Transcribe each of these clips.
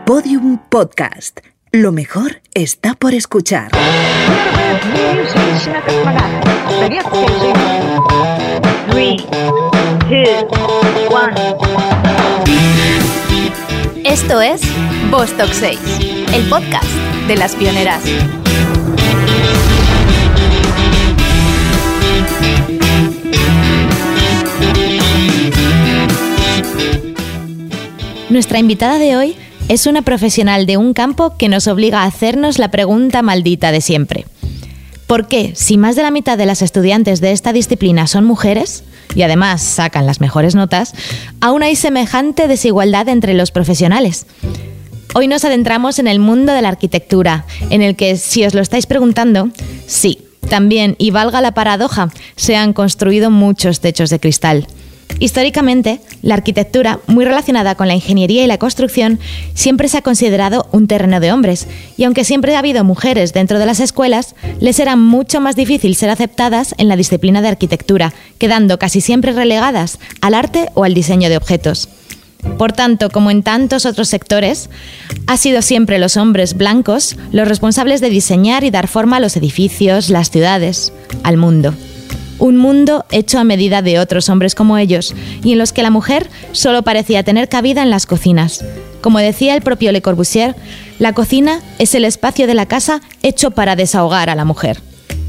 Podium Podcast. Lo mejor está por escuchar. Esto es Vostok 6, el podcast de las pioneras. Nuestra invitada de hoy es una profesional de un campo que nos obliga a hacernos la pregunta maldita de siempre. ¿Por qué, si más de la mitad de las estudiantes de esta disciplina son mujeres, y además sacan las mejores notas, aún hay semejante desigualdad entre los profesionales? Hoy nos adentramos en el mundo de la arquitectura, en el que, si os lo estáis preguntando, sí, también, y valga la paradoja, se han construido muchos techos de cristal. Históricamente, la arquitectura, muy relacionada con la ingeniería y la construcción, siempre se ha considerado un terreno de hombres, y aunque siempre ha habido mujeres dentro de las escuelas, les era mucho más difícil ser aceptadas en la disciplina de arquitectura, quedando casi siempre relegadas al arte o al diseño de objetos. Por tanto, como en tantos otros sectores, han sido siempre los hombres blancos los responsables de diseñar y dar forma a los edificios, las ciudades, al mundo. Un mundo hecho a medida de otros hombres como ellos, y en los que la mujer solo parecía tener cabida en las cocinas. Como decía el propio Le Corbusier, la cocina es el espacio de la casa hecho para desahogar a la mujer.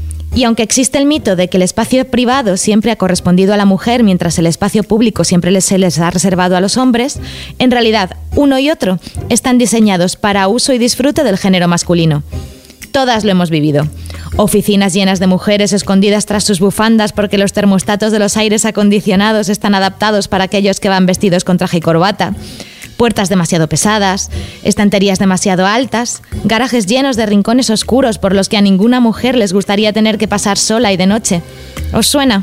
Y aunque existe el mito de que el espacio privado siempre ha correspondido a la mujer mientras el espacio público siempre se les ha reservado a los hombres, en realidad uno y otro están diseñados para uso y disfrute del género masculino. Todas lo hemos vivido. Oficinas llenas de mujeres escondidas tras sus bufandas porque los termostatos de los aires acondicionados están adaptados para aquellos que van vestidos con traje y corbata. Puertas demasiado pesadas, estanterías demasiado altas, garajes llenos de rincones oscuros por los que a ninguna mujer les gustaría tener que pasar sola y de noche. ¿Os suena?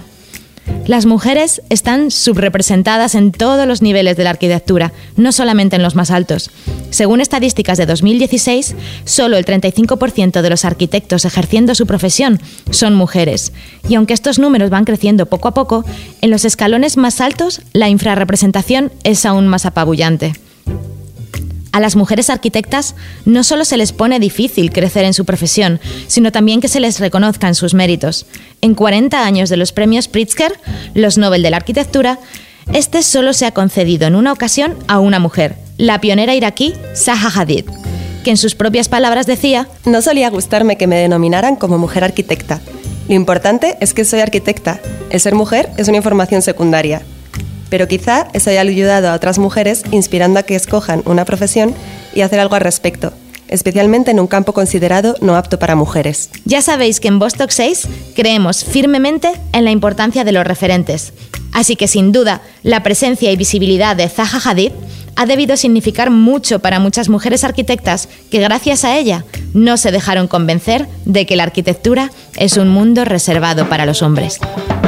Las mujeres están subrepresentadas en todos los niveles de la arquitectura, no solamente en los más altos. Según estadísticas de 2016, solo el 35% de los arquitectos ejerciendo su profesión son mujeres. Y aunque estos números van creciendo poco a poco, en los escalones más altos la infrarrepresentación es aún más apabullante. A las mujeres arquitectas no solo se les pone difícil crecer en su profesión, sino también que se les reconozcan sus méritos. En 40 años de los premios Pritzker, los Nobel de la Arquitectura, este solo se ha concedido en una ocasión a una mujer, la pionera iraquí Zaha Hadid, que en sus propias palabras decía: «No solía gustarme que me denominaran como mujer arquitecta. Lo importante es que soy arquitecta. El ser mujer es una información secundaria. Pero quizá eso haya ayudado a otras mujeres inspirando a que escojan una profesión y hacer algo al respecto, especialmente en un campo considerado no apto para mujeres». Ya sabéis que en Vostok 6 creemos firmemente en la importancia de los referentes. Así que sin duda, la presencia y visibilidad de Zaha Hadid ha debido significar mucho para muchas mujeres arquitectas que gracias a ella no se dejaron convencer de que la arquitectura es un mundo reservado para los hombres.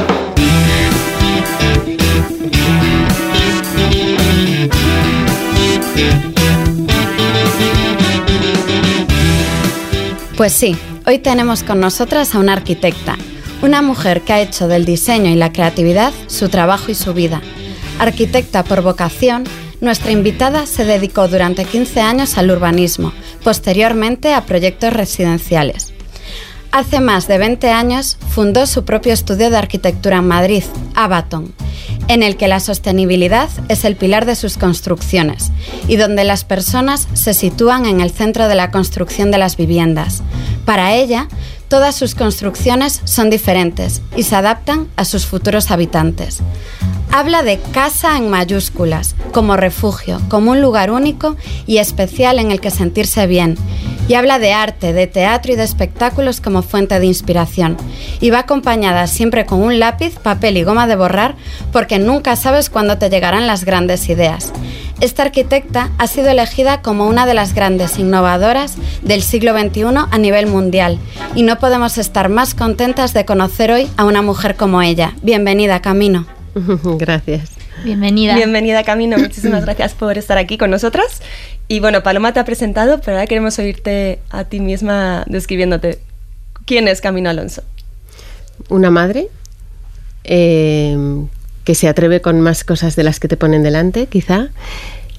Pues sí, hoy tenemos con nosotras a una arquitecta, una mujer que ha hecho del diseño y la creatividad su trabajo y su vida. Arquitecta por vocación, nuestra invitada se dedicó durante 15 años al urbanismo, posteriormente a proyectos residenciales. Hace más de 20 años fundó su propio estudio de arquitectura en Madrid, Abaton, en el que la sostenibilidad es el pilar de sus construcciones y donde las personas se sitúan en el centro de la construcción de las viviendas. Para ella, todas sus construcciones son diferentes y se adaptan a sus futuros habitantes. Habla de casa en mayúsculas, como refugio, como un lugar único y especial en el que sentirse bien. Y habla de arte, de teatro y de espectáculos como fuente de inspiración. Y va acompañada siempre con un lápiz, papel y goma de borrar, porque nunca sabes cuándo te llegarán las grandes ideas. Esta arquitecta ha sido elegida como una de las grandes innovadoras del siglo XXI a nivel mundial. Y no podemos estar más contentas de conocer hoy a una mujer como ella. Bienvenida, Camino. Gracias. Bienvenida. Bienvenida, Camino. Muchísimas gracias por estar aquí con nosotras. Y bueno, Paloma te ha presentado, pero ahora queremos oírte a ti misma describiéndote. ¿Quién es Camino Alonso? Una madre que se atreve con más cosas de las que te ponen delante, quizá.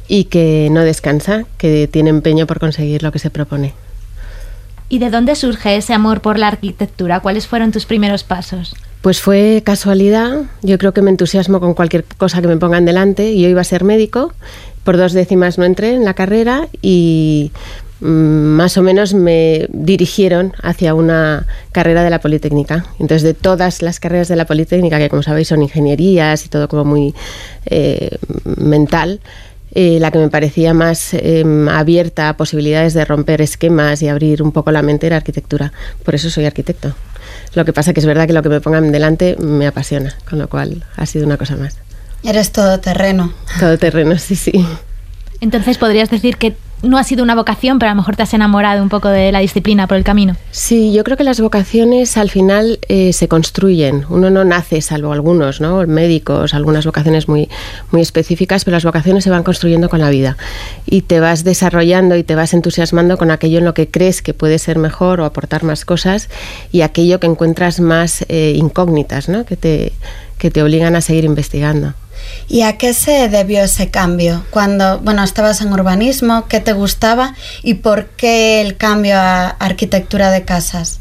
y que no descansa, que tiene empeño por conseguir lo que se propone. ¿Y de dónde surge ese amor por la arquitectura? ¿Cuáles fueron tus primeros pasos? Pues fue casualidad. Yo creo que me entusiasmo con cualquier cosa que me pongan delante. Yo iba a ser médico, por 2 décimas no entré en la carrera y más o menos me dirigieron hacia una carrera de la Politécnica. Entonces, de todas las carreras de la Politécnica, que como sabéis son ingenierías y todo como muy mental, la que me parecía más abierta a posibilidades de romper esquemas y abrir un poco la mente era arquitectura. Por eso soy arquitecto. Lo que pasa que es verdad que lo que me pongan delante me apasiona, con lo cual ha sido una cosa más. Eres todoterreno. Todoterreno, sí. Entonces, ¿podrías decir que no ha sido una vocación, pero a lo mejor te has enamorado un poco de la disciplina por el camino? Sí, yo creo que las vocaciones al final se construyen. Uno no nace, salvo algunos, ¿no? Médicos, algunas vocaciones muy, muy específicas, pero las vocaciones se van construyendo con la vida. Y te vas desarrollando y te vas entusiasmando con aquello en lo que crees que puede ser mejor o aportar más cosas y aquello que encuentras más incógnitas, ¿no? Que te obligan a seguir investigando. ¿Y a qué se debió ese cambio? Cuando, estabas en urbanismo, ¿qué te gustaba y por qué el cambio a arquitectura de casas?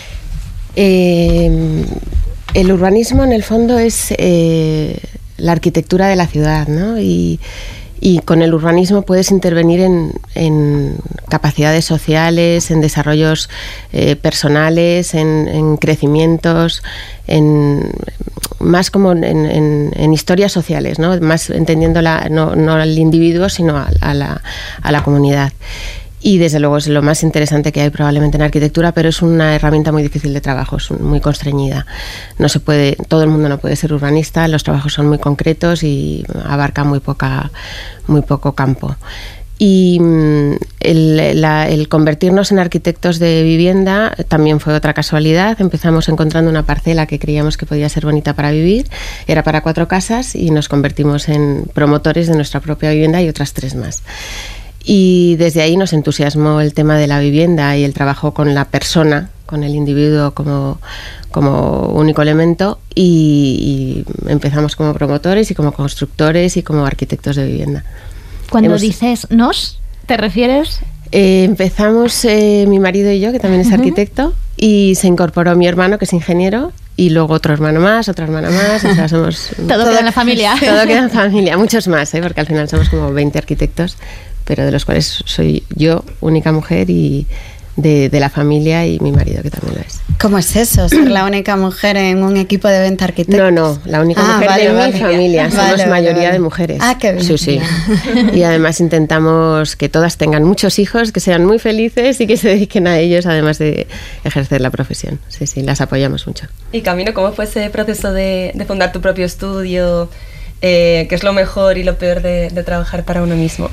El urbanismo en el fondo es la arquitectura de la ciudad, ¿no? Y con el urbanismo puedes intervenir en capacidades sociales, en desarrollos personales, en crecimientos, más como en historias sociales, ¿no? Más entendiendo no al individuo, sino a la comunidad. Y desde luego es lo más interesante que hay probablemente en arquitectura, pero es una herramienta muy difícil de trabajo, es muy constreñida. No se puede, todo el mundo no puede ser urbanista, los trabajos son muy concretos y abarcan muy poco campo. Y el convertirnos en arquitectos de vivienda también fue otra casualidad. Empezamos encontrando una parcela que creíamos que podía ser bonita para vivir, era para 4 casas y nos convertimos en promotores de nuestra propia vivienda y otras 3 más. Y desde ahí nos entusiasmó el tema de la vivienda y el trabajo con la persona, con el individuo como único elemento y empezamos como promotores y como constructores y como arquitectos de vivienda. Cuando dices nos, ¿te refieres? Empezamos mi marido y yo, que también es arquitecto, y se incorporó mi hermano, que es ingeniero, y luego otro hermano más, otra hermana más, o sea, somos... Todo queda en la familia. Todo queda en familia, muchos más, porque al final somos como 20 arquitectos, pero de los cuales soy yo, única mujer, y de la familia, y mi marido, que también lo es. ¿Cómo es eso, ser la única mujer en un equipo de 20 arquitectos? No, la única mujer de mi familia. Somos mayoría de mujeres. Ah, qué bien. Sí. Y además intentamos que todas tengan muchos hijos, que sean muy felices y que se dediquen a ellos, además de ejercer la profesión. Sí, las apoyamos mucho. Y Camino, ¿cómo fue ese proceso de fundar tu propio estudio? ¿Qué es lo mejor y lo peor de trabajar para uno mismo?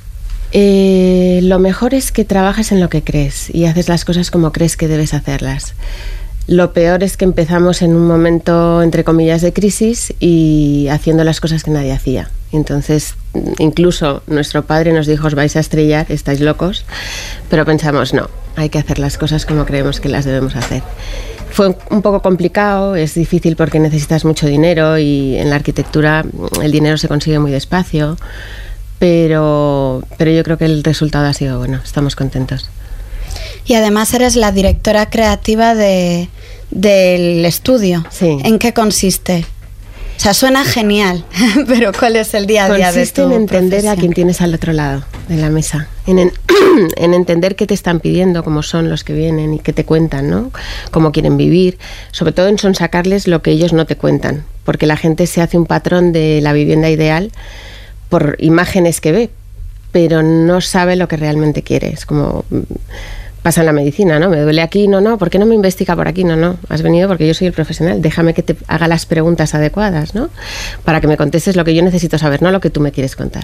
Lo mejor es que trabajes en lo que crees y haces las cosas como crees que debes hacerlas. Lo peor es que empezamos en un momento, entre comillas, de crisis y haciendo las cosas que nadie hacía. Entonces, incluso nuestro padre nos dijo, os vais a estrellar, estáis locos, pero pensamos, no, hay que hacer las cosas como creemos que las debemos hacer. Fue un poco complicado, es difícil porque necesitas mucho dinero y en la arquitectura el dinero se consigue muy despacio. Pero yo creo que el resultado ha sido bueno, estamos contentos. Y además eres la directora creativa del estudio. Sí. ¿En qué consiste? O sea, suena genial, pero ¿cuál es el día a día de tu Consiste en entender a quien tienes al otro lado de la mesa, en entender qué te están pidiendo, cómo son los que vienen y qué te cuentan, ¿no? Cómo quieren vivir, sobre todo en sonsacarles lo que ellos no te cuentan, porque la gente se hace un patrón de la vivienda ideal por imágenes que ve, pero no sabe lo que realmente quiere. Es como pasa en la medicina, ¿no? Me duele aquí, no, ¿por qué no me investiga por aquí? No, has venido porque yo soy el profesional, déjame que te haga las preguntas adecuadas, ¿no? Para que me contestes lo que yo necesito saber, no lo que tú me quieres contar.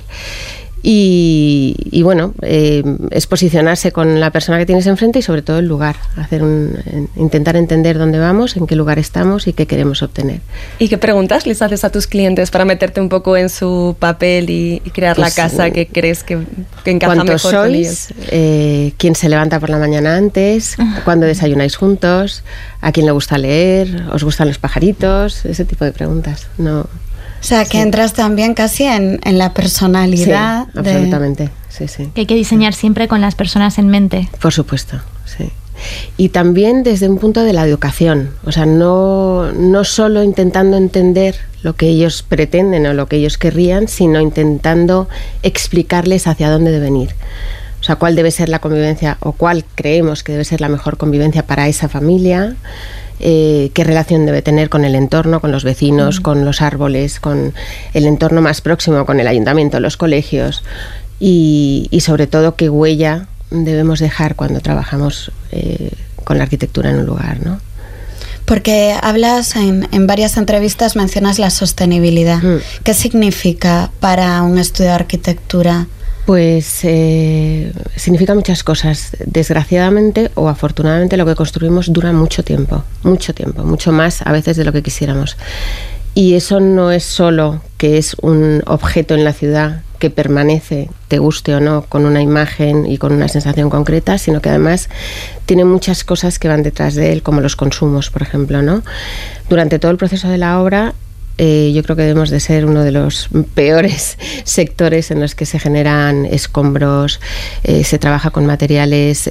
Y bueno, es posicionarse con la persona que tienes enfrente y sobre todo el lugar, intentar entender dónde vamos, en qué lugar estamos y qué queremos obtener. ¿Y qué preguntas les haces a tus clientes para meterte un poco en su papel y crear la casa que crees que encaja mejor con ellos? ¿Quién se levanta por la mañana antes? ¿Cuándo desayunáis juntos? ¿A quién le gusta leer? ¿Os gustan los pajaritos? Ese tipo de preguntas. No. sea, que entras también casi en la personalidad. Sí, absolutamente, sí. Que hay que diseñar siempre con las personas en mente. Por supuesto, sí. Y también desde un punto de la educación, o sea, no solo intentando entender lo que ellos pretenden o lo que ellos querrían, sino intentando explicarles hacia dónde deben ir. O sea, cuál debe ser la convivencia o cuál creemos que debe ser la mejor convivencia para esa familia, qué relación debe tener con el entorno, con los vecinos, con los árboles, con el entorno más próximo, con el ayuntamiento, los colegios y sobre todo qué huella debemos dejar cuando trabajamos con la arquitectura en un lugar, ¿no? Porque hablas en varias entrevistas, mencionas la sostenibilidad. ¿Qué significa para un estudio de arquitectura? Pues significa muchas cosas. Desgraciadamente o afortunadamente lo que construimos dura mucho tiempo, mucho más a veces de lo que quisiéramos. Y eso no es solo que es un objeto en la ciudad que permanece, te guste o no, con una imagen y con una sensación concreta, sino que además tiene muchas cosas que van detrás de él, como los consumos, por ejemplo, ¿no? Durante todo el proceso de la obra, yo creo que debemos de ser uno de los peores sectores en los que se generan escombros, se trabaja con materiales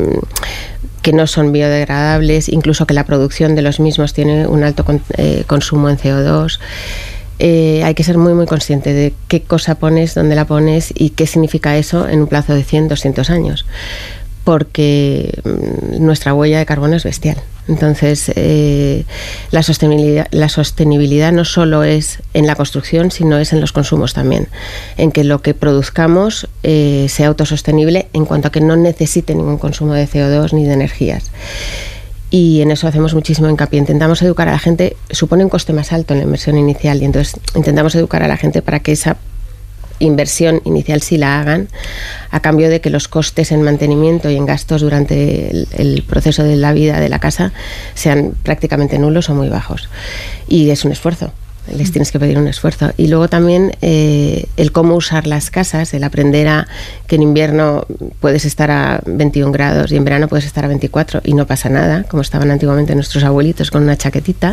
que no son biodegradables, incluso que la producción de los mismos tiene un alto consumo en CO2. Hay que ser muy, muy consciente de qué cosa pones, dónde la pones y qué significa eso en un plazo de 100, 200 años. Porque nuestra huella de carbono es bestial. Entonces, la sostenibilidad no solo es en la construcción, sino es en los consumos también. En que lo que produzcamos sea autosostenible en cuanto a que no necesite ningún consumo de CO2 ni de energías. Y en eso hacemos muchísimo hincapié. Intentamos educar a la gente, supone un coste más alto en la inversión inicial, y entonces intentamos educar a la gente para que esa inversión inicial sí la hagan, a cambio de que los costes en mantenimiento y en gastos durante el proceso de la vida de la casa sean prácticamente nulos o muy bajos. Y es un esfuerzo, les tienes que pedir un esfuerzo. Y luego también el cómo usar las casas, el aprender a que en invierno puedes estar a 21 grados y en verano puedes estar a 24 y no pasa nada, como estaban antiguamente nuestros abuelitos con una chaquetita.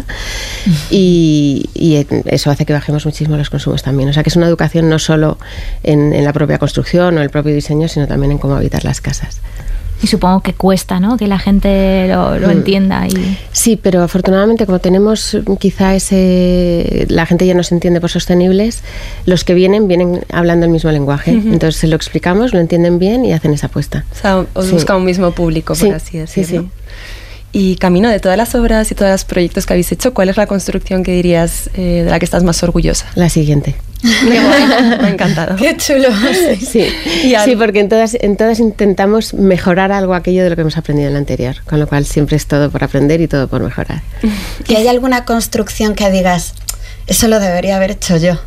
Y eso hace que bajemos muchísimo los consumos también. O sea que es una educación no solo en la propia construcción o el propio diseño, sino también en cómo habitar las casas. Y supongo que cuesta, ¿no?, que la gente lo entienda. Sí, pero afortunadamente como tenemos quizá la gente ya nos entiende por sostenibles, los que vienen hablando el mismo lenguaje. Entonces se lo explicamos, lo entienden bien y hacen esa apuesta. O sea, os busca un mismo público, por así decirlo. Sí. Y Camino, de todas las obras y todos los proyectos que habéis hecho, ¿cuál es la construcción que dirías de la que estás más orgullosa? La siguiente. Qué bueno, me ha encantado. Qué chulo. Sí, porque en todas intentamos mejorar algo aquello de lo que hemos aprendido en la anterior, con lo cual siempre es todo por aprender y todo por mejorar. ¿Y hay alguna construcción que digas, eso lo debería haber hecho yo?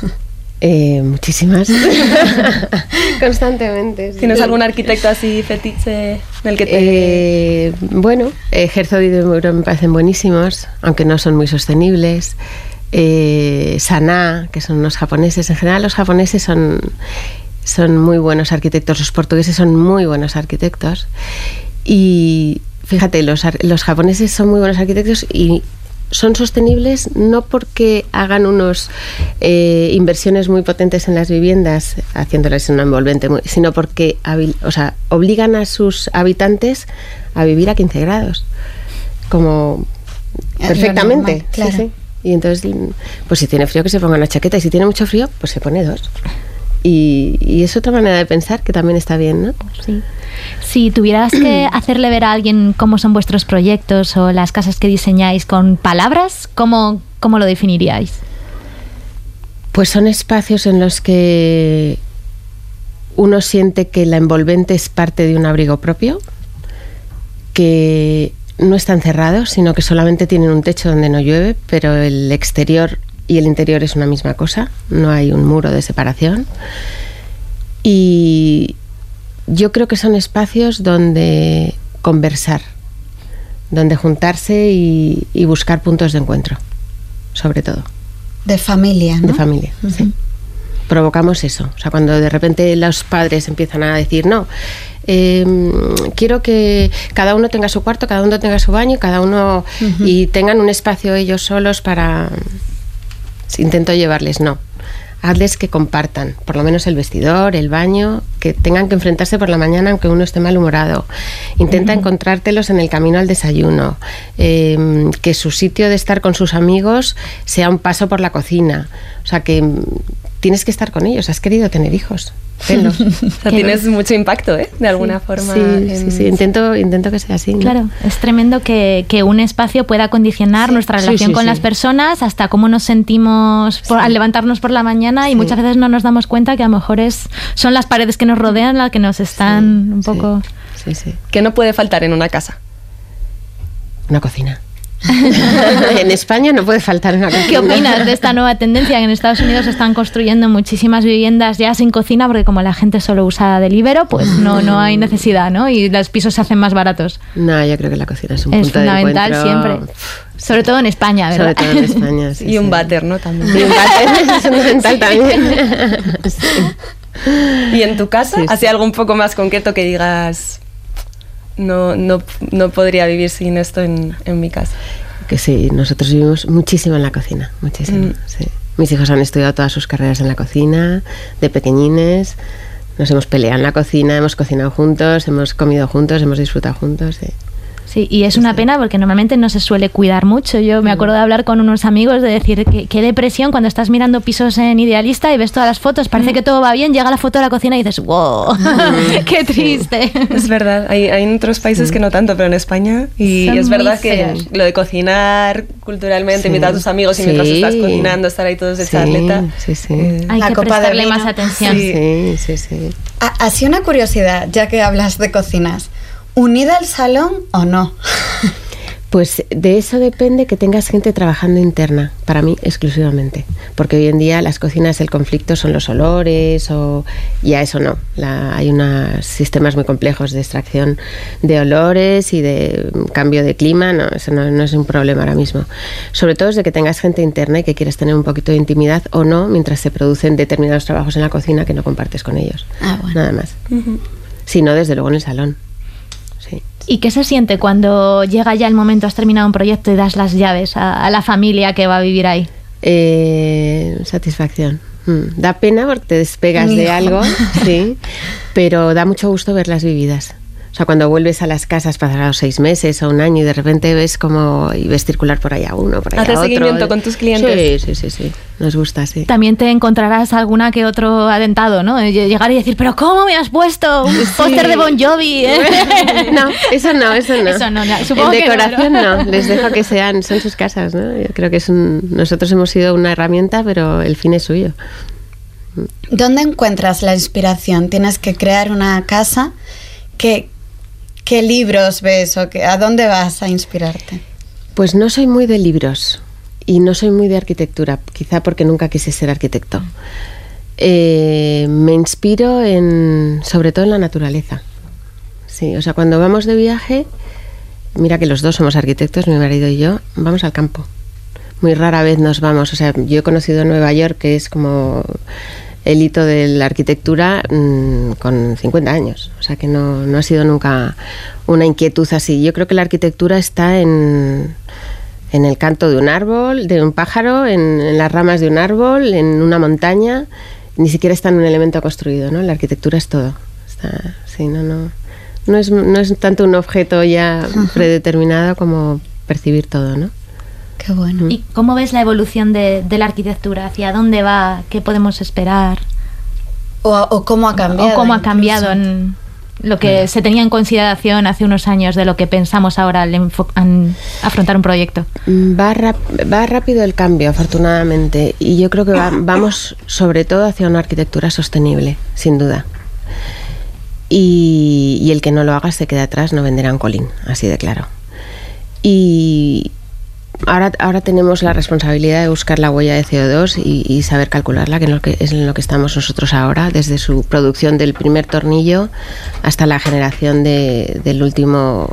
Muchísimas. Constantemente. Sí. ¿Tienes algún arquitecto así fetiche del que te...? Bueno, Herzog y De Muro me parecen buenísimos, aunque no son muy sostenibles. Saná, que son unos japoneses. En general los japoneses son muy buenos arquitectos, los portugueses son muy buenos arquitectos. Y fíjate, los japoneses son muy buenos arquitectos y son sostenibles no porque hagan unos inversiones muy potentes en las viviendas, haciéndolas en un envolvente, sino porque obligan a sus habitantes a vivir a 15 grados. Como perfectamente. Normal, claro. Sí. Y entonces, pues si tiene frío que se ponga una chaqueta y si tiene mucho frío, pues se pone dos. Y es otra manera de pensar que también está bien, ¿no? Sí. Si tuvieras que hacerle ver a alguien cómo son vuestros proyectos o las casas que diseñáis con palabras, ¿cómo lo definiríais? Pues son espacios en los que uno siente que la envolvente es parte de un abrigo propio, que no están cerrados, sino que solamente tienen un techo donde no llueve, pero el exterior y el interior es una misma cosa, no hay un muro de separación. Y yo creo que son espacios donde conversar, donde juntarse y buscar puntos de encuentro, sobre todo. De familia, ¿no? De familia, sí. Provocamos eso. O sea, cuando de repente los padres empiezan a decir, no, quiero que cada uno tenga su cuarto, cada uno tenga su baño, cada uno y tengan un espacio ellos solos para... intento llevarles, no. Hazles que compartan, por lo menos el vestidor, el baño, que tengan que enfrentarse por la mañana aunque uno esté malhumorado. Intenta encontrártelos en el camino al desayuno, que su sitio de estar con sus amigos sea un paso por la cocina. O sea, que tienes que estar con ellos, has querido tener hijos. Tenlos. O sea, tienes mucho impacto, de alguna forma. Sí, intento que sea así, ¿no? Claro, es tremendo que un espacio pueda condicionar nuestra relación con las personas, hasta cómo nos sentimos al levantarnos por la mañana, y muchas veces no nos damos cuenta que a lo mejor son las paredes que nos rodean las que nos están un poco... Sí. ¿Qué no puede faltar en una casa? Una cocina. En España no puede faltar una cocina. ¿Qué opinas de esta nueva tendencia que en Estados Unidos están construyendo muchísimas viviendas ya sin cocina, porque como la gente solo usa Deliveroo, pues no hay necesidad, ¿no? Y los pisos se hacen más baratos. No, yo creo que la cocina es un punto fundamental de encuentro. Siempre. Sobre todo en España, ¿verdad? Sobre todo en España, sí. Y un váter, ¿no? También. Y un váter es fundamental también. Sí. ¿Y en tu casa? ¿Así algo un poco más concreto que digas... No podría vivir sin esto en mi casa? Que sí, nosotros vivimos muchísimo en la cocina, muchísimo, sí. Mis hijos han estudiado todas sus carreras en la cocina, de pequeñines, nos hemos peleado en la cocina, hemos cocinado juntos, hemos comido juntos, hemos disfrutado juntos, sí. Sí, y es una pena porque normalmente no se suele cuidar mucho. Yo me acuerdo de hablar con unos amigos de decir que qué depresión cuando estás mirando pisos en Idealista y ves todas las fotos, parece que todo va bien, llega la foto de la cocina y dices, wow, qué triste. Es verdad, hay en otros países que no tanto, pero en España, y son es verdad que feos. Lo de cocinar culturalmente, invitar a tus amigos y mientras estás cocinando, estar ahí todos de charleta. Hay la que copa prestarle de vino. más atención. Sí. Así una curiosidad, ya que hablas de cocinas. ¿Unida al salón o no? Pues de eso depende que tengas gente trabajando interna, para mí exclusivamente, porque hoy en día las cocinas, el conflicto son los olores, y a eso no. Hay unos sistemas muy complejos de extracción de olores y de cambio de clima, no, eso no es un problema ahora mismo. Sobre todo es de que tengas gente interna y que quieras tener un poquito de intimidad o no mientras se producen determinados trabajos en la cocina que no compartes con ellos. Bueno. Nada más. Si no, desde luego en el salón. Sí. ¿Y qué se siente cuando llega ya el momento, has terminado un proyecto y das las llaves a la familia que va a vivir ahí? Satisfacción. Da pena porque te despegas de algo, sí, pero da mucho gusto verlas vividas. O sea, cuando vuelves a las casas pasados 6 meses o un año y de repente ves y ves circular por allá uno, por allá otro. ¿Haces seguimiento con tus clientes? Sí. Nos gusta, sí. También te encontrarás alguna que otro atentado, ¿no? Llegar y decir, ¿pero cómo me has puesto un póster de Bon Jovi? No, eso no. Eso no. Supongo en que decoración no. Les dejo que son sus casas, ¿no? Yo creo que nosotros hemos sido una herramienta, pero el fin es suyo. ¿Dónde encuentras la inspiración? Tienes que crear una casa. ¿Qué libros ves o a dónde vas a inspirarte? Pues no soy muy de libros y no soy muy de arquitectura, quizá porque nunca quise ser arquitecto. Me inspiro sobre todo en la naturaleza. Sí, o sea, cuando vamos de viaje, mira que los dos somos arquitectos, mi marido y yo, vamos al campo. Muy rara vez nos vamos, o sea, yo he conocido Nueva York, que es como el hito de la arquitectura, con 50 años. O sea que no ha sido nunca una inquietud así. Yo creo que la arquitectura está en el canto de un árbol, de un pájaro, en las ramas de un árbol, en una montaña. Ni siquiera está en un elemento construido, ¿no? La arquitectura es todo. No es tanto un objeto ya predeterminado como percibir todo, ¿no? Qué bueno. ¿Y cómo ves la evolución de la arquitectura? ¿Hacia dónde va? ¿Qué podemos esperar? O cómo ha cambiado. O cómo ha cambiado en lo que se tenía en consideración hace unos años de lo que pensamos ahora al afrontar un proyecto. Va rápido el cambio, afortunadamente, y yo creo que vamos sobre todo hacia una arquitectura sostenible, sin duda. Y el que no lo haga se queda atrás, no venderá un colín, así de claro. Y ahora tenemos la responsabilidad de buscar la huella de CO2 y saber calcularla, que es en lo que estamos nosotros ahora, desde su producción del primer tornillo hasta la generación del último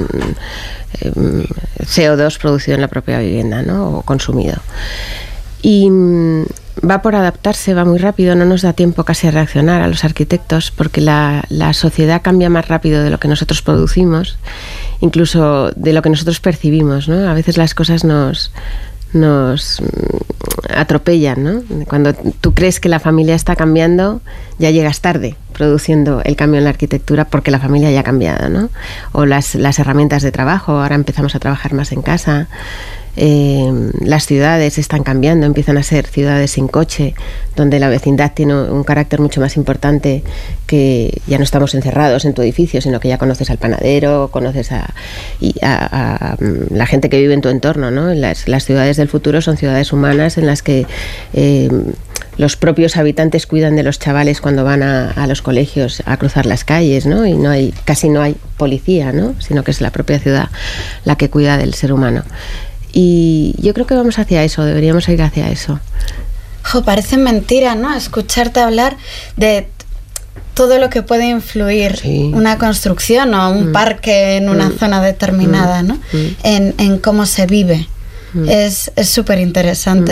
CO2 producido en la propia vivienda, ¿no? O consumido. Y va por adaptarse, va muy rápido, no nos da tiempo casi a reaccionar a los arquitectos, porque la sociedad cambia más rápido de lo que nosotros producimos, incluso de lo que nosotros percibimos, ¿no? A veces las cosas nos atropellan, ¿no? Cuando tú crees que la familia está cambiando, ya llegas tarde produciendo el cambio en la arquitectura porque la familia ya ha cambiado, ¿no? O las herramientas de trabajo, ahora empezamos a trabajar más en casa. Las ciudades están cambiando, empiezan a ser ciudades sin coche, donde la vecindad tiene un carácter mucho más importante, que ya no estamos encerrados en tu edificio, sino que ya conoces al panadero, conoces a la gente que vive en tu entorno, ¿no? Las ciudades del futuro son ciudades humanas en las que los propios habitantes cuidan de los chavales cuando van a los colegios a cruzar las calles, ¿no? Y casi no hay policía, ¿no? Sino que es la propia ciudad la que cuida del ser humano. Y yo creo que vamos hacia eso, deberíamos ir hacia eso. Parece mentira, ¿no? Escucharte hablar de todo lo que puede influir una construcción o un parque en una zona determinada, ¿no? En cómo se vive. Es súper interesante.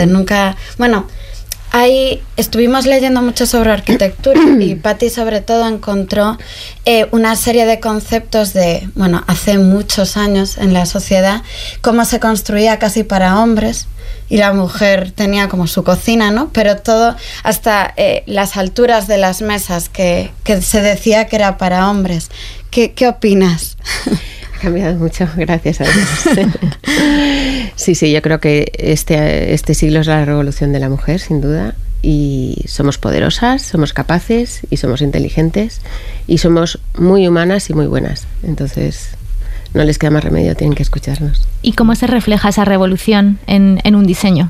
Estuvimos leyendo mucho sobre arquitectura y Patti sobre todo encontró una serie de conceptos de, hace muchos años en la sociedad, cómo se construía casi para hombres y la mujer tenía como su cocina, ¿no? Pero todo, hasta las alturas de las mesas que se decía que era para hombres. ¿Qué opinas? Ha cambiado mucho, gracias a Dios. Sí, yo creo que este siglo es la revolución de la mujer, sin duda, y somos poderosas, somos capaces y somos inteligentes y somos muy humanas y muy buenas. Entonces, no les queda más remedio, tienen que escucharnos. ¿Y cómo se refleja esa revolución en un diseño?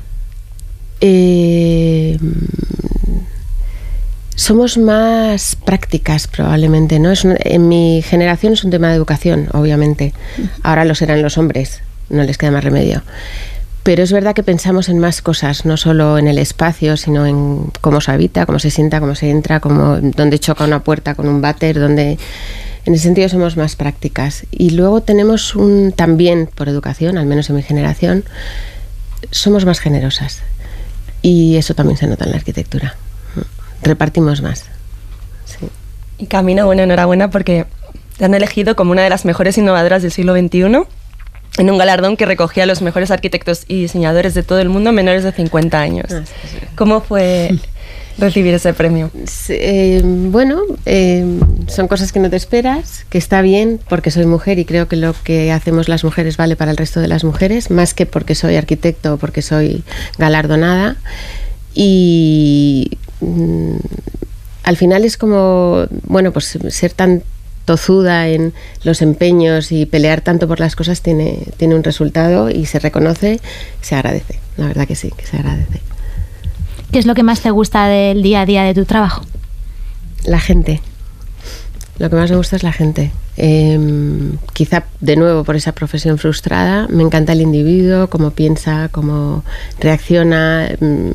Somos más prácticas probablemente, ¿no? En mi generación es un tema de educación, obviamente. Ahora lo serán los hombres, no les queda más remedio. Pero es verdad que pensamos en más cosas, no solo en el espacio, sino en cómo se habita, cómo se sienta, cómo se entra, dónde choca una puerta con un váter, en ese sentido somos más prácticas. Y luego tenemos también, por educación, al menos en mi generación, somos más generosas. Y eso también se nota en la arquitectura. Repartimos más. Sí. Y Camino, enhorabuena porque te han elegido como una de las mejores innovadoras del siglo XXI en un galardón que recogía a los mejores arquitectos y diseñadores de todo el mundo menores de 50 años. ¿Cómo fue recibir ese premio? Son cosas que no te esperas, que está bien porque soy mujer y creo que lo que hacemos las mujeres vale para el resto de las mujeres, más que porque soy arquitecto o porque soy galardonada. Y al final es como, pues ser tan tozuda en los empeños y pelear tanto por las cosas tiene un resultado y se reconoce, se agradece. La verdad que sí, que se agradece. ¿Qué es lo que más te gusta del día a día de tu trabajo? La gente. Lo que más me gusta es la gente. Quizá, de nuevo, por esa profesión frustrada, me encanta el individuo, cómo piensa, cómo reacciona,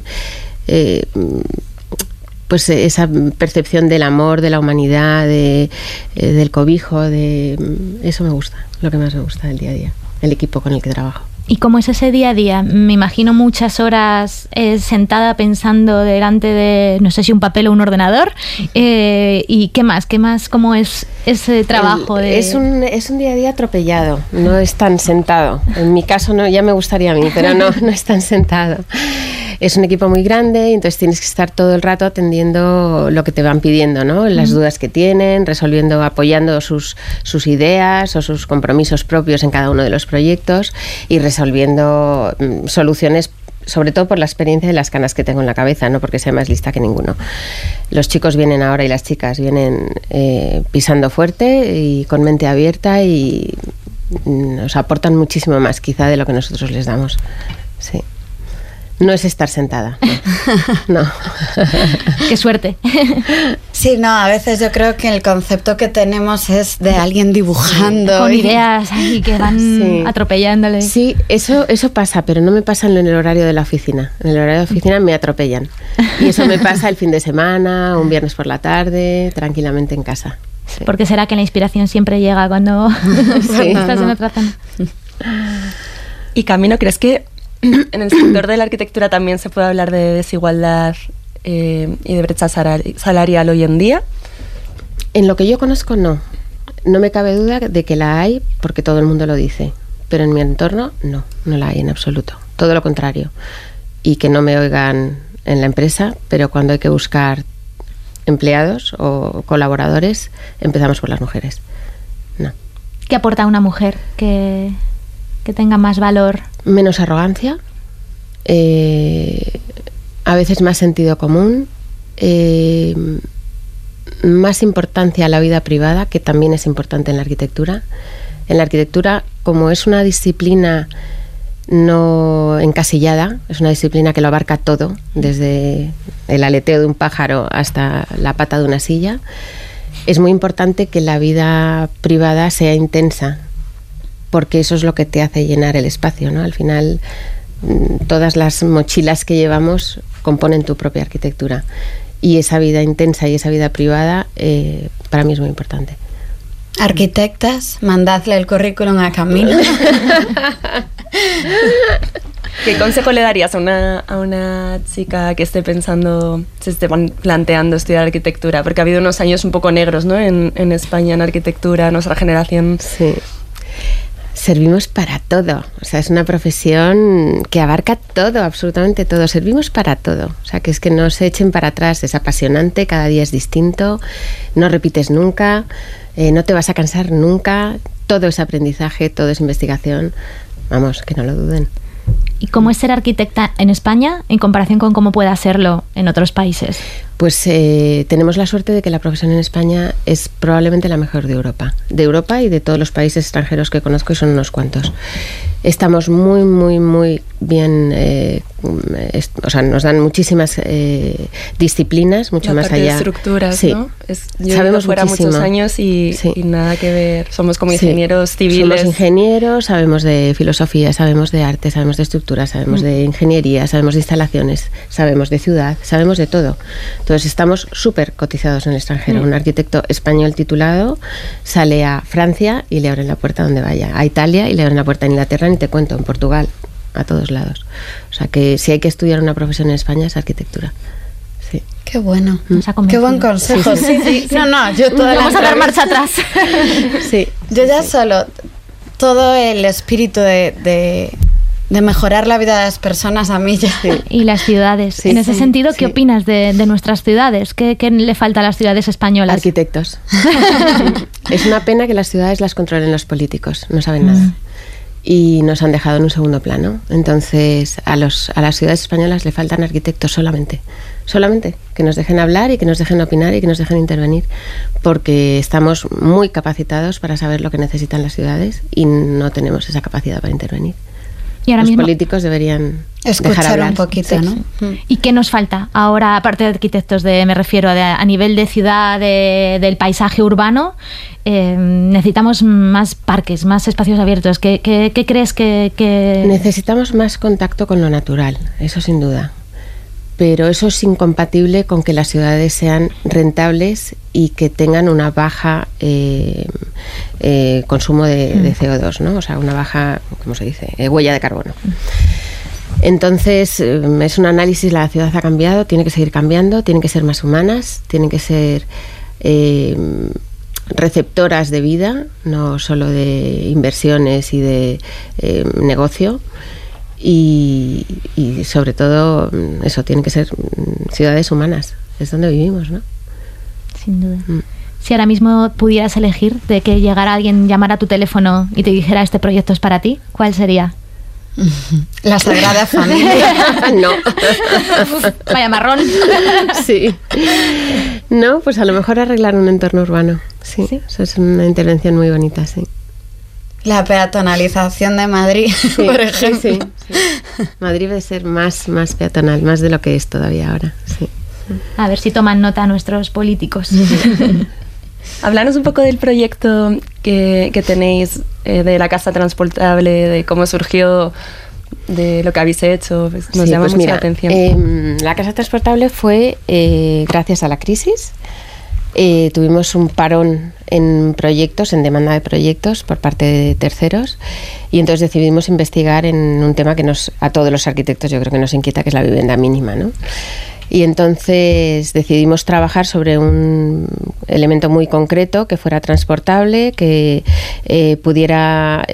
pues esa percepción del amor, de la humanidad, del cobijo, eso me gusta, lo que más me gusta del día a día, el equipo con el que trabajo. ¿Y cómo es ese día a día? Me imagino muchas horas sentada pensando delante de, no sé si un papel o un ordenador. ¿Y qué más? ¿Cómo es ese trabajo? Es un día a día atropellado, no es tan sentado. En mi caso no, ya me gustaría a mí, pero no es tan sentado. Es un equipo muy grande y entonces tienes que estar todo el rato atendiendo lo que te van pidiendo, ¿no? Las dudas que tienen, resolviendo, apoyando sus ideas o sus compromisos propios en cada uno de los proyectos y resolviendo soluciones, sobre todo por la experiencia de las canas que tengo en la cabeza, no porque sea más lista que ninguno. Los chicos vienen ahora y las chicas vienen pisando fuerte y con mente abierta y nos aportan muchísimo más quizá de lo que nosotros les damos. Sí. No es estar sentada. No. Qué suerte. Sí, no, a veces yo creo que el concepto que tenemos es de alguien dibujando. Con ideas ahí que van atropellándole. Sí, eso pasa, pero no me pasa en el horario de la oficina. En el horario de la oficina me atropellan. Y eso me pasa el fin de semana, un viernes por la tarde, tranquilamente en casa. Sí. ¿Por qué será que la inspiración siempre llega cuando estás en otra zona? Y Camino, ¿crees que en el sector de la arquitectura también se puede hablar de desigualdad y de brecha salarial hoy en día? En lo que yo conozco, no. No me cabe duda de que la hay porque todo el mundo lo dice. Pero en mi entorno, no la hay en absoluto. todo lo contrario. Y que no me oigan en la empresa, pero cuando hay que buscar empleados o colaboradores, empezamos por las mujeres. No. ¿Qué aporta una mujer que tenga más valor? Menos arrogancia, a veces más sentido común, más importancia a la vida privada, que también es importante en la arquitectura. En la arquitectura, como es una disciplina no encasillada, es una disciplina que lo abarca todo, desde el aleteo de un pájaro hasta la pata de una silla, es muy importante que la vida privada sea intensa, porque eso es lo que te hace llenar el espacio, ¿no? Al final, todas las mochilas que llevamos componen tu propia arquitectura, y esa vida intensa y esa vida privada para mí es muy importante. Arquitectas, mandadle el currículum a Camila. ¿Qué consejo le darías a una chica que esté pensando, se esté planteando estudiar arquitectura? Porque ha habido unos años un poco negros, ¿no? En España, en arquitectura, nuestra generación. Sí. Servimos para todo, o sea, es una profesión que abarca todo, absolutamente todo, servimos para todo, o sea, que es que no se echen para atrás, es apasionante, cada día es distinto, no repites nunca, no te vas a cansar nunca, todo es aprendizaje, todo es investigación, vamos, que no lo duden. ¿Y cómo es ser arquitecta en España en comparación con cómo pueda serlo en otros países? Pues tenemos la suerte de que la profesión en España es probablemente la mejor de Europa y de todos los países extranjeros que conozco, y son unos cuantos. Estamos muy, muy, muy bien, o sea, nos dan muchísimas disciplinas, mucho más allá. De estructuras, sí. ¿no? Yo sabemos fuera muchísimo. Muchos años y nada que ver. Somos como ingenieros civiles. Somos ingenieros, sabemos de filosofía, sabemos de arte, sabemos de estructura, sabemos de ingeniería, sabemos de instalaciones, sabemos de ciudad, sabemos de todo. Entonces estamos súper cotizados en el extranjero. Un arquitecto español titulado sale a Francia y le abren la puerta donde vaya, a Italia y le abren la puerta en Inglaterra, ni te cuento, en Portugal, a todos lados. O sea que si hay que estudiar una profesión en España es arquitectura. Sí. Qué bueno. Qué buen consejo. Sí. No, yo toda vamos a dar marcha atrás. Sí. Yo ya solo todo el espíritu de mejorar la vida de las personas a mí ya. Sí. Y las ciudades. Sí, en ese sentido, ¿qué sí. opinas de nuestras ciudades? ¿Qué le falta a las ciudades españolas? Arquitectos. Es una pena que las ciudades las controlen los políticos, no saben nada. Y nos han dejado en un segundo plano. Entonces, a las ciudades españolas le faltan arquitectos solamente, que nos dejen hablar y que nos dejen opinar y que nos dejen intervenir, porque estamos muy capacitados para saber lo que necesitan las ciudades y no tenemos esa capacidad para intervenir. Y ahora Los mismo, políticos deberían escuchar dejar hablar un poquito, sí. ¿no? ¿Y qué nos falta ahora, aparte de arquitectos, me refiero a nivel de ciudad, del paisaje urbano? Necesitamos más parques, más espacios abiertos. ¿Qué crees que...? Necesitamos más contacto con lo natural, eso sin duda. Pero eso es incompatible con que las ciudades sean rentables y que tengan una baja consumo de CO2, ¿no? O sea, una baja, ¿cómo se dice? Huella de carbono. Entonces, es un análisis, la ciudad ha cambiado, tiene que seguir cambiando, tienen que ser más humanas, tienen que ser receptoras de vida, no solo de inversiones y de negocio. Y sobre todo eso, tienen que ser ciudades humanas, es donde vivimos, ¿no? Sin duda. Si ahora mismo pudieras elegir de que llegara alguien, llamara a tu teléfono y te dijera este proyecto es para ti, ¿cuál sería? La Sagrada Familia. No. Vaya marrón. Sí. No, pues a lo mejor arreglar un entorno urbano. Sí, eso es una intervención muy bonita, sí. La peatonalización de Madrid, Sí, por ejemplo. sí. Madrid debe ser más peatonal, más de lo que es todavía ahora. Sí. A ver si toman nota nuestros políticos. Háblanos un poco del proyecto que tenéis, de la casa transportable, de cómo surgió, de lo que habéis hecho. Nos llama mucho la atención. La casa transportable fue gracias a la crisis. Tuvimos un parón en proyectos, en demanda de proyectos por parte de terceros, y entonces decidimos investigar en un tema que a todos los arquitectos yo creo que nos inquieta, que es la vivienda mínima, ¿no? Y entonces decidimos trabajar sobre un elemento muy concreto que fuera transportable, que pudiera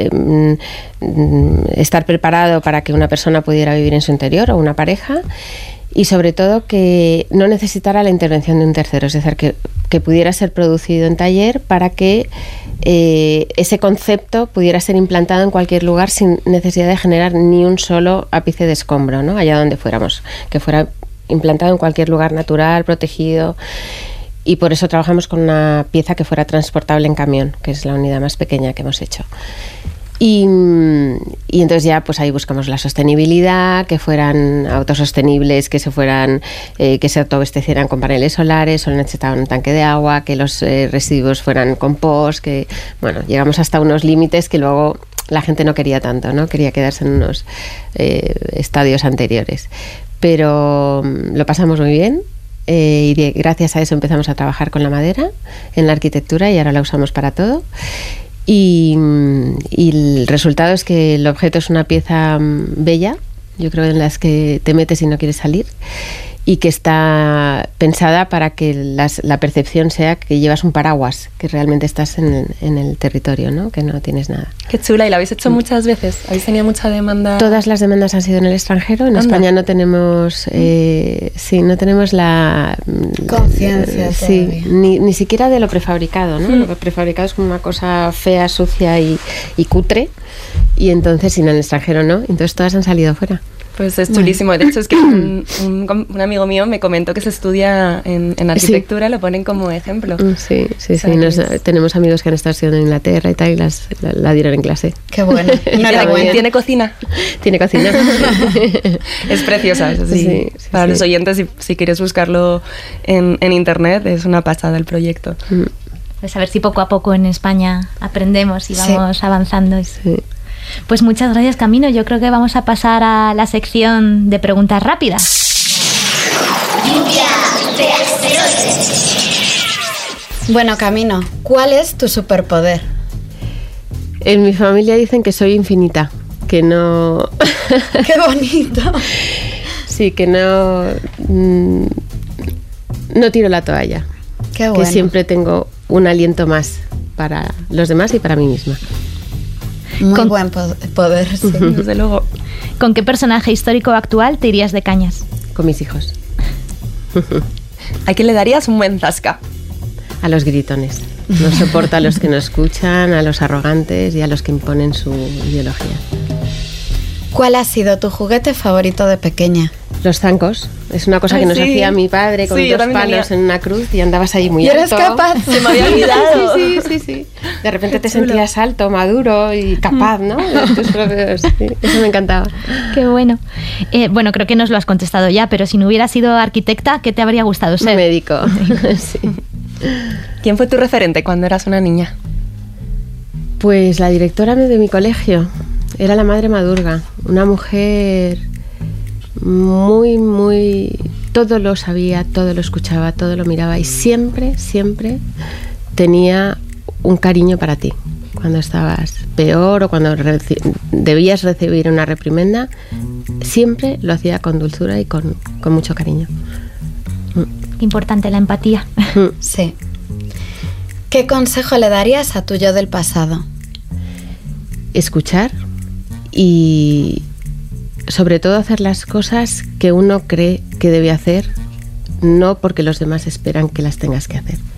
estar preparado para que una persona pudiera vivir en su interior o una pareja, y sobre todo que no necesitara la intervención de un tercero, es decir, que pudiera ser producido en taller para que ese concepto pudiera ser implantado en cualquier lugar sin necesidad de generar ni un solo ápice de escombro, ¿no? Allá donde fuéramos, que fuera implantado en cualquier lugar natural, protegido. Y por eso trabajamos con una pieza que fuera transportable en camión, que es la unidad más pequeña que hemos hecho. Y entonces ya pues ahí buscamos la sostenibilidad, que fueran autosostenibles, que se autoabastecieran con paneles solares, solo necesitaban un tanque de agua, que los residuos fueran compost, que bueno, llegamos hasta unos límites que luego la gente no quería tanto, ¿no? Quería quedarse en unos estadios anteriores. Pero lo pasamos muy bien. Y gracias a eso empezamos a trabajar con la madera en la arquitectura y ahora la usamos para todo. Y el resultado es que el objeto es una pieza bella, yo creo, en las que te metes y no quieres salir, y que está pensada para que la percepción sea que llevas un paraguas, que realmente estás en el territorio, ¿no? Que no tienes nada. Qué chula, ¿y la habéis hecho muchas veces? ¿Habéis tenido mucha demanda? Todas las demandas han sido en el extranjero. En España no tenemos no tenemos la conciencia sí, ni siquiera de lo prefabricado, ¿no? Lo prefabricado es como una cosa fea, sucia y cutre, y entonces en el extranjero no, entonces todas han salido fuera. Pues es chulísimo. De hecho, es que un amigo mío me comentó que se estudia en arquitectura, sí. Lo ponen como ejemplo. Sí. Tenemos amigos que han estado estudiando en Inglaterra y tal, y la dieron en clase. Qué bueno. ¿Tiene cocina? Tiene cocina. Es preciosa. Eso sí. Para los oyentes, si quieres buscarlo en internet, es una pasada el proyecto. Pues a ver si poco a poco en España aprendemos y vamos avanzando. Sí. Pues muchas gracias, Camino. Yo creo que vamos a pasar a la sección de preguntas rápidas. Lluvia de asteroides. Bueno, Camino, ¿cuál es tu superpoder? En mi familia dicen que soy infinita, que no... ¡Qué bonito! Sí, que no tiro la toalla. Qué bueno. Que siempre tengo un aliento más para los demás y para mí misma. Muy buen poder, sí, desde luego. ¿Con qué personaje histórico o actual te irías de cañas? Con mis hijos. ¿A quién le darías un buen zasca? A los gritones. No soporto a los que no escuchan, a los arrogantes y a los que imponen su ideología. ¿Cuál ha sido tu juguete favorito de pequeña? Los zancos. Es una cosa que nos hacía mi padre con dos palos en una cruz y andabas ahí muy alto. ¿Y eres capaz? Se me había olvidado. Sí. De repente te sentías alto, maduro y capaz, ¿no? Eso me encantaba. Qué bueno. Bueno, creo que nos lo has contestado ya, pero si no hubieras sido arquitecta, ¿qué te habría gustado ser? Médico. Sí. ¿Quién fue tu referente cuando eras una niña? Pues la directora de mi colegio. Era la madre Madurga, una mujer muy... Todo lo sabía, todo lo escuchaba, todo lo miraba y siempre tenía un cariño para ti. Cuando estabas peor o cuando debías recibir una reprimenda, siempre lo hacía con dulzura y con mucho cariño. Importante la empatía. Sí. ¿Qué consejo le darías a tu yo del pasado? Escuchar y sobre todo hacer las cosas que uno cree que debe hacer, no porque los demás esperan que las tengas que hacer.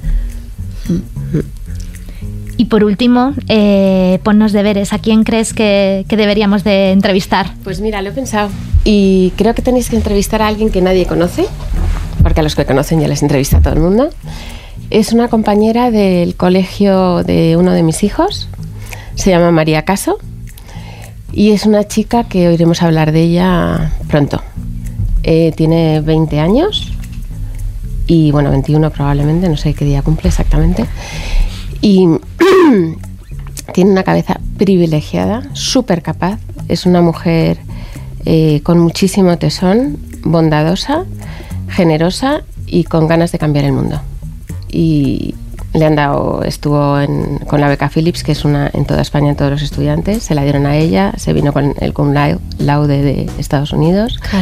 Y por último, ponnos deberes. ¿A quién crees que deberíamos de entrevistar? Pues mira, lo he pensado y creo que tenéis que entrevistar a alguien que nadie conoce, porque a los que conocen ya les entrevista a todo el mundo. Es una compañera del colegio de uno de mis hijos, se llama María Caso. Y es una chica que oiremos hablar de ella pronto. Tiene 20 años y, 21 probablemente, no sé qué día cumple exactamente. Y tiene una cabeza privilegiada, súper capaz. Es una mujer con muchísimo tesón, bondadosa, generosa y con ganas de cambiar el mundo. Y estuvo con la beca Phillips, que es una en toda España en todos los estudiantes, se la dieron a ella, se vino con el cum laude de Estados Unidos. Claro.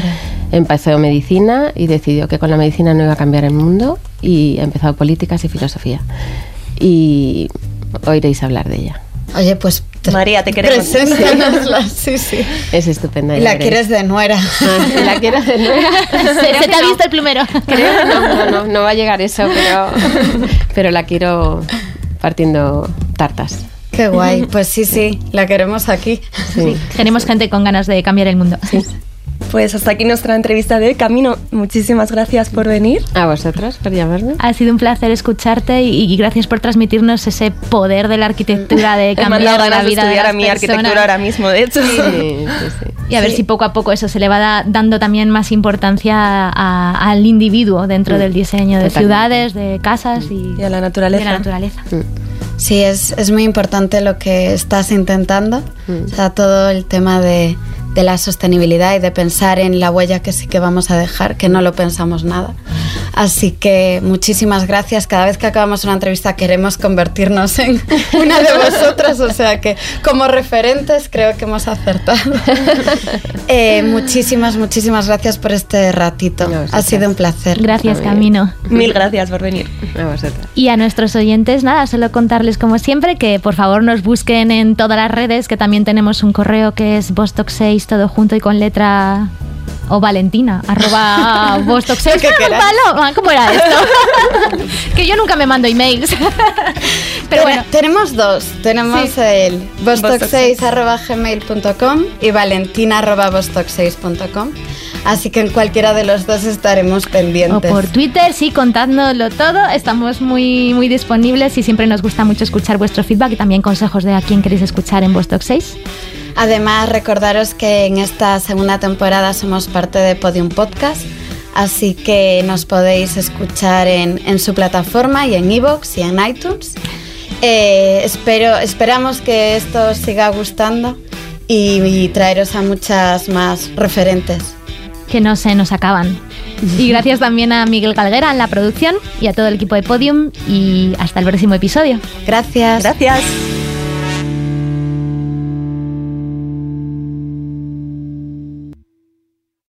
empezó medicina y decidió que con la medicina no iba a cambiar el mundo y ha empezado políticas y filosofía. Y oiréis hablar de ella. Oye, pues María, te queremos. Preséntanosla, sí. Es estupenda. Y la quieres de nuera. La quiero de nuera. Se te ha visto el plumero. Creo no va a llegar eso, pero la quiero partiendo tartas. Qué guay, pues sí, la queremos aquí. Sí, tenemos gente con ganas de cambiar el mundo. Sí. Pues hasta aquí nuestra entrevista de hoy. Camino, muchísimas gracias por venir. A vosotros por llamarme. Ha sido un placer escucharte y gracias por transmitirnos ese poder de la arquitectura de cambiar la vida de las a mi arquitectura ahora mismo, de hecho. Sí. Y a ver si poco a poco eso se le va dando también más importancia al individuo dentro del diseño de ciudades, de casas y a la naturaleza. Y a la naturaleza. Sí, es muy importante lo que estás intentando. O sea, todo el tema de la sostenibilidad y de pensar en la huella que sí que vamos a dejar, que no lo pensamos nada. Así que muchísimas gracias. Cada vez que acabamos una entrevista queremos convertirnos en una de vosotras, o sea que como referentes creo que hemos acertado. Muchísimas gracias por este ratito. Ha sido un placer. Gracias, Camino. Mil gracias por venir. A vosotras. Y a nuestros oyentes, nada, solo contarles como siempre que por favor nos busquen en todas las redes, que también tenemos un correo que es vostok6 todo junto y con letra o Valentina @vostok6. ¿Cómo era esto? Que yo nunca me mando emails. Pero bueno, tenemos dos. Tenemos el vostok6@gmail.com y valentina@vostok6.com. Así que en cualquiera de los dos estaremos pendientes. O por Twitter, sí, contádnoslo todo. Estamos muy, muy disponibles y siempre nos gusta mucho escuchar vuestro feedback y también consejos de a quién queréis escuchar en Vostok6. Además, recordaros que en esta segunda temporada somos parte de Podium Podcast, así que nos podéis escuchar en su plataforma y en iVoox y en iTunes. Esperamos que esto os siga gustando y traeros a muchas más referentes. Que no se nos acaban. Y gracias también a Miguel Galguera en la producción y a todo el equipo de Podium y hasta el próximo episodio. Gracias. Gracias.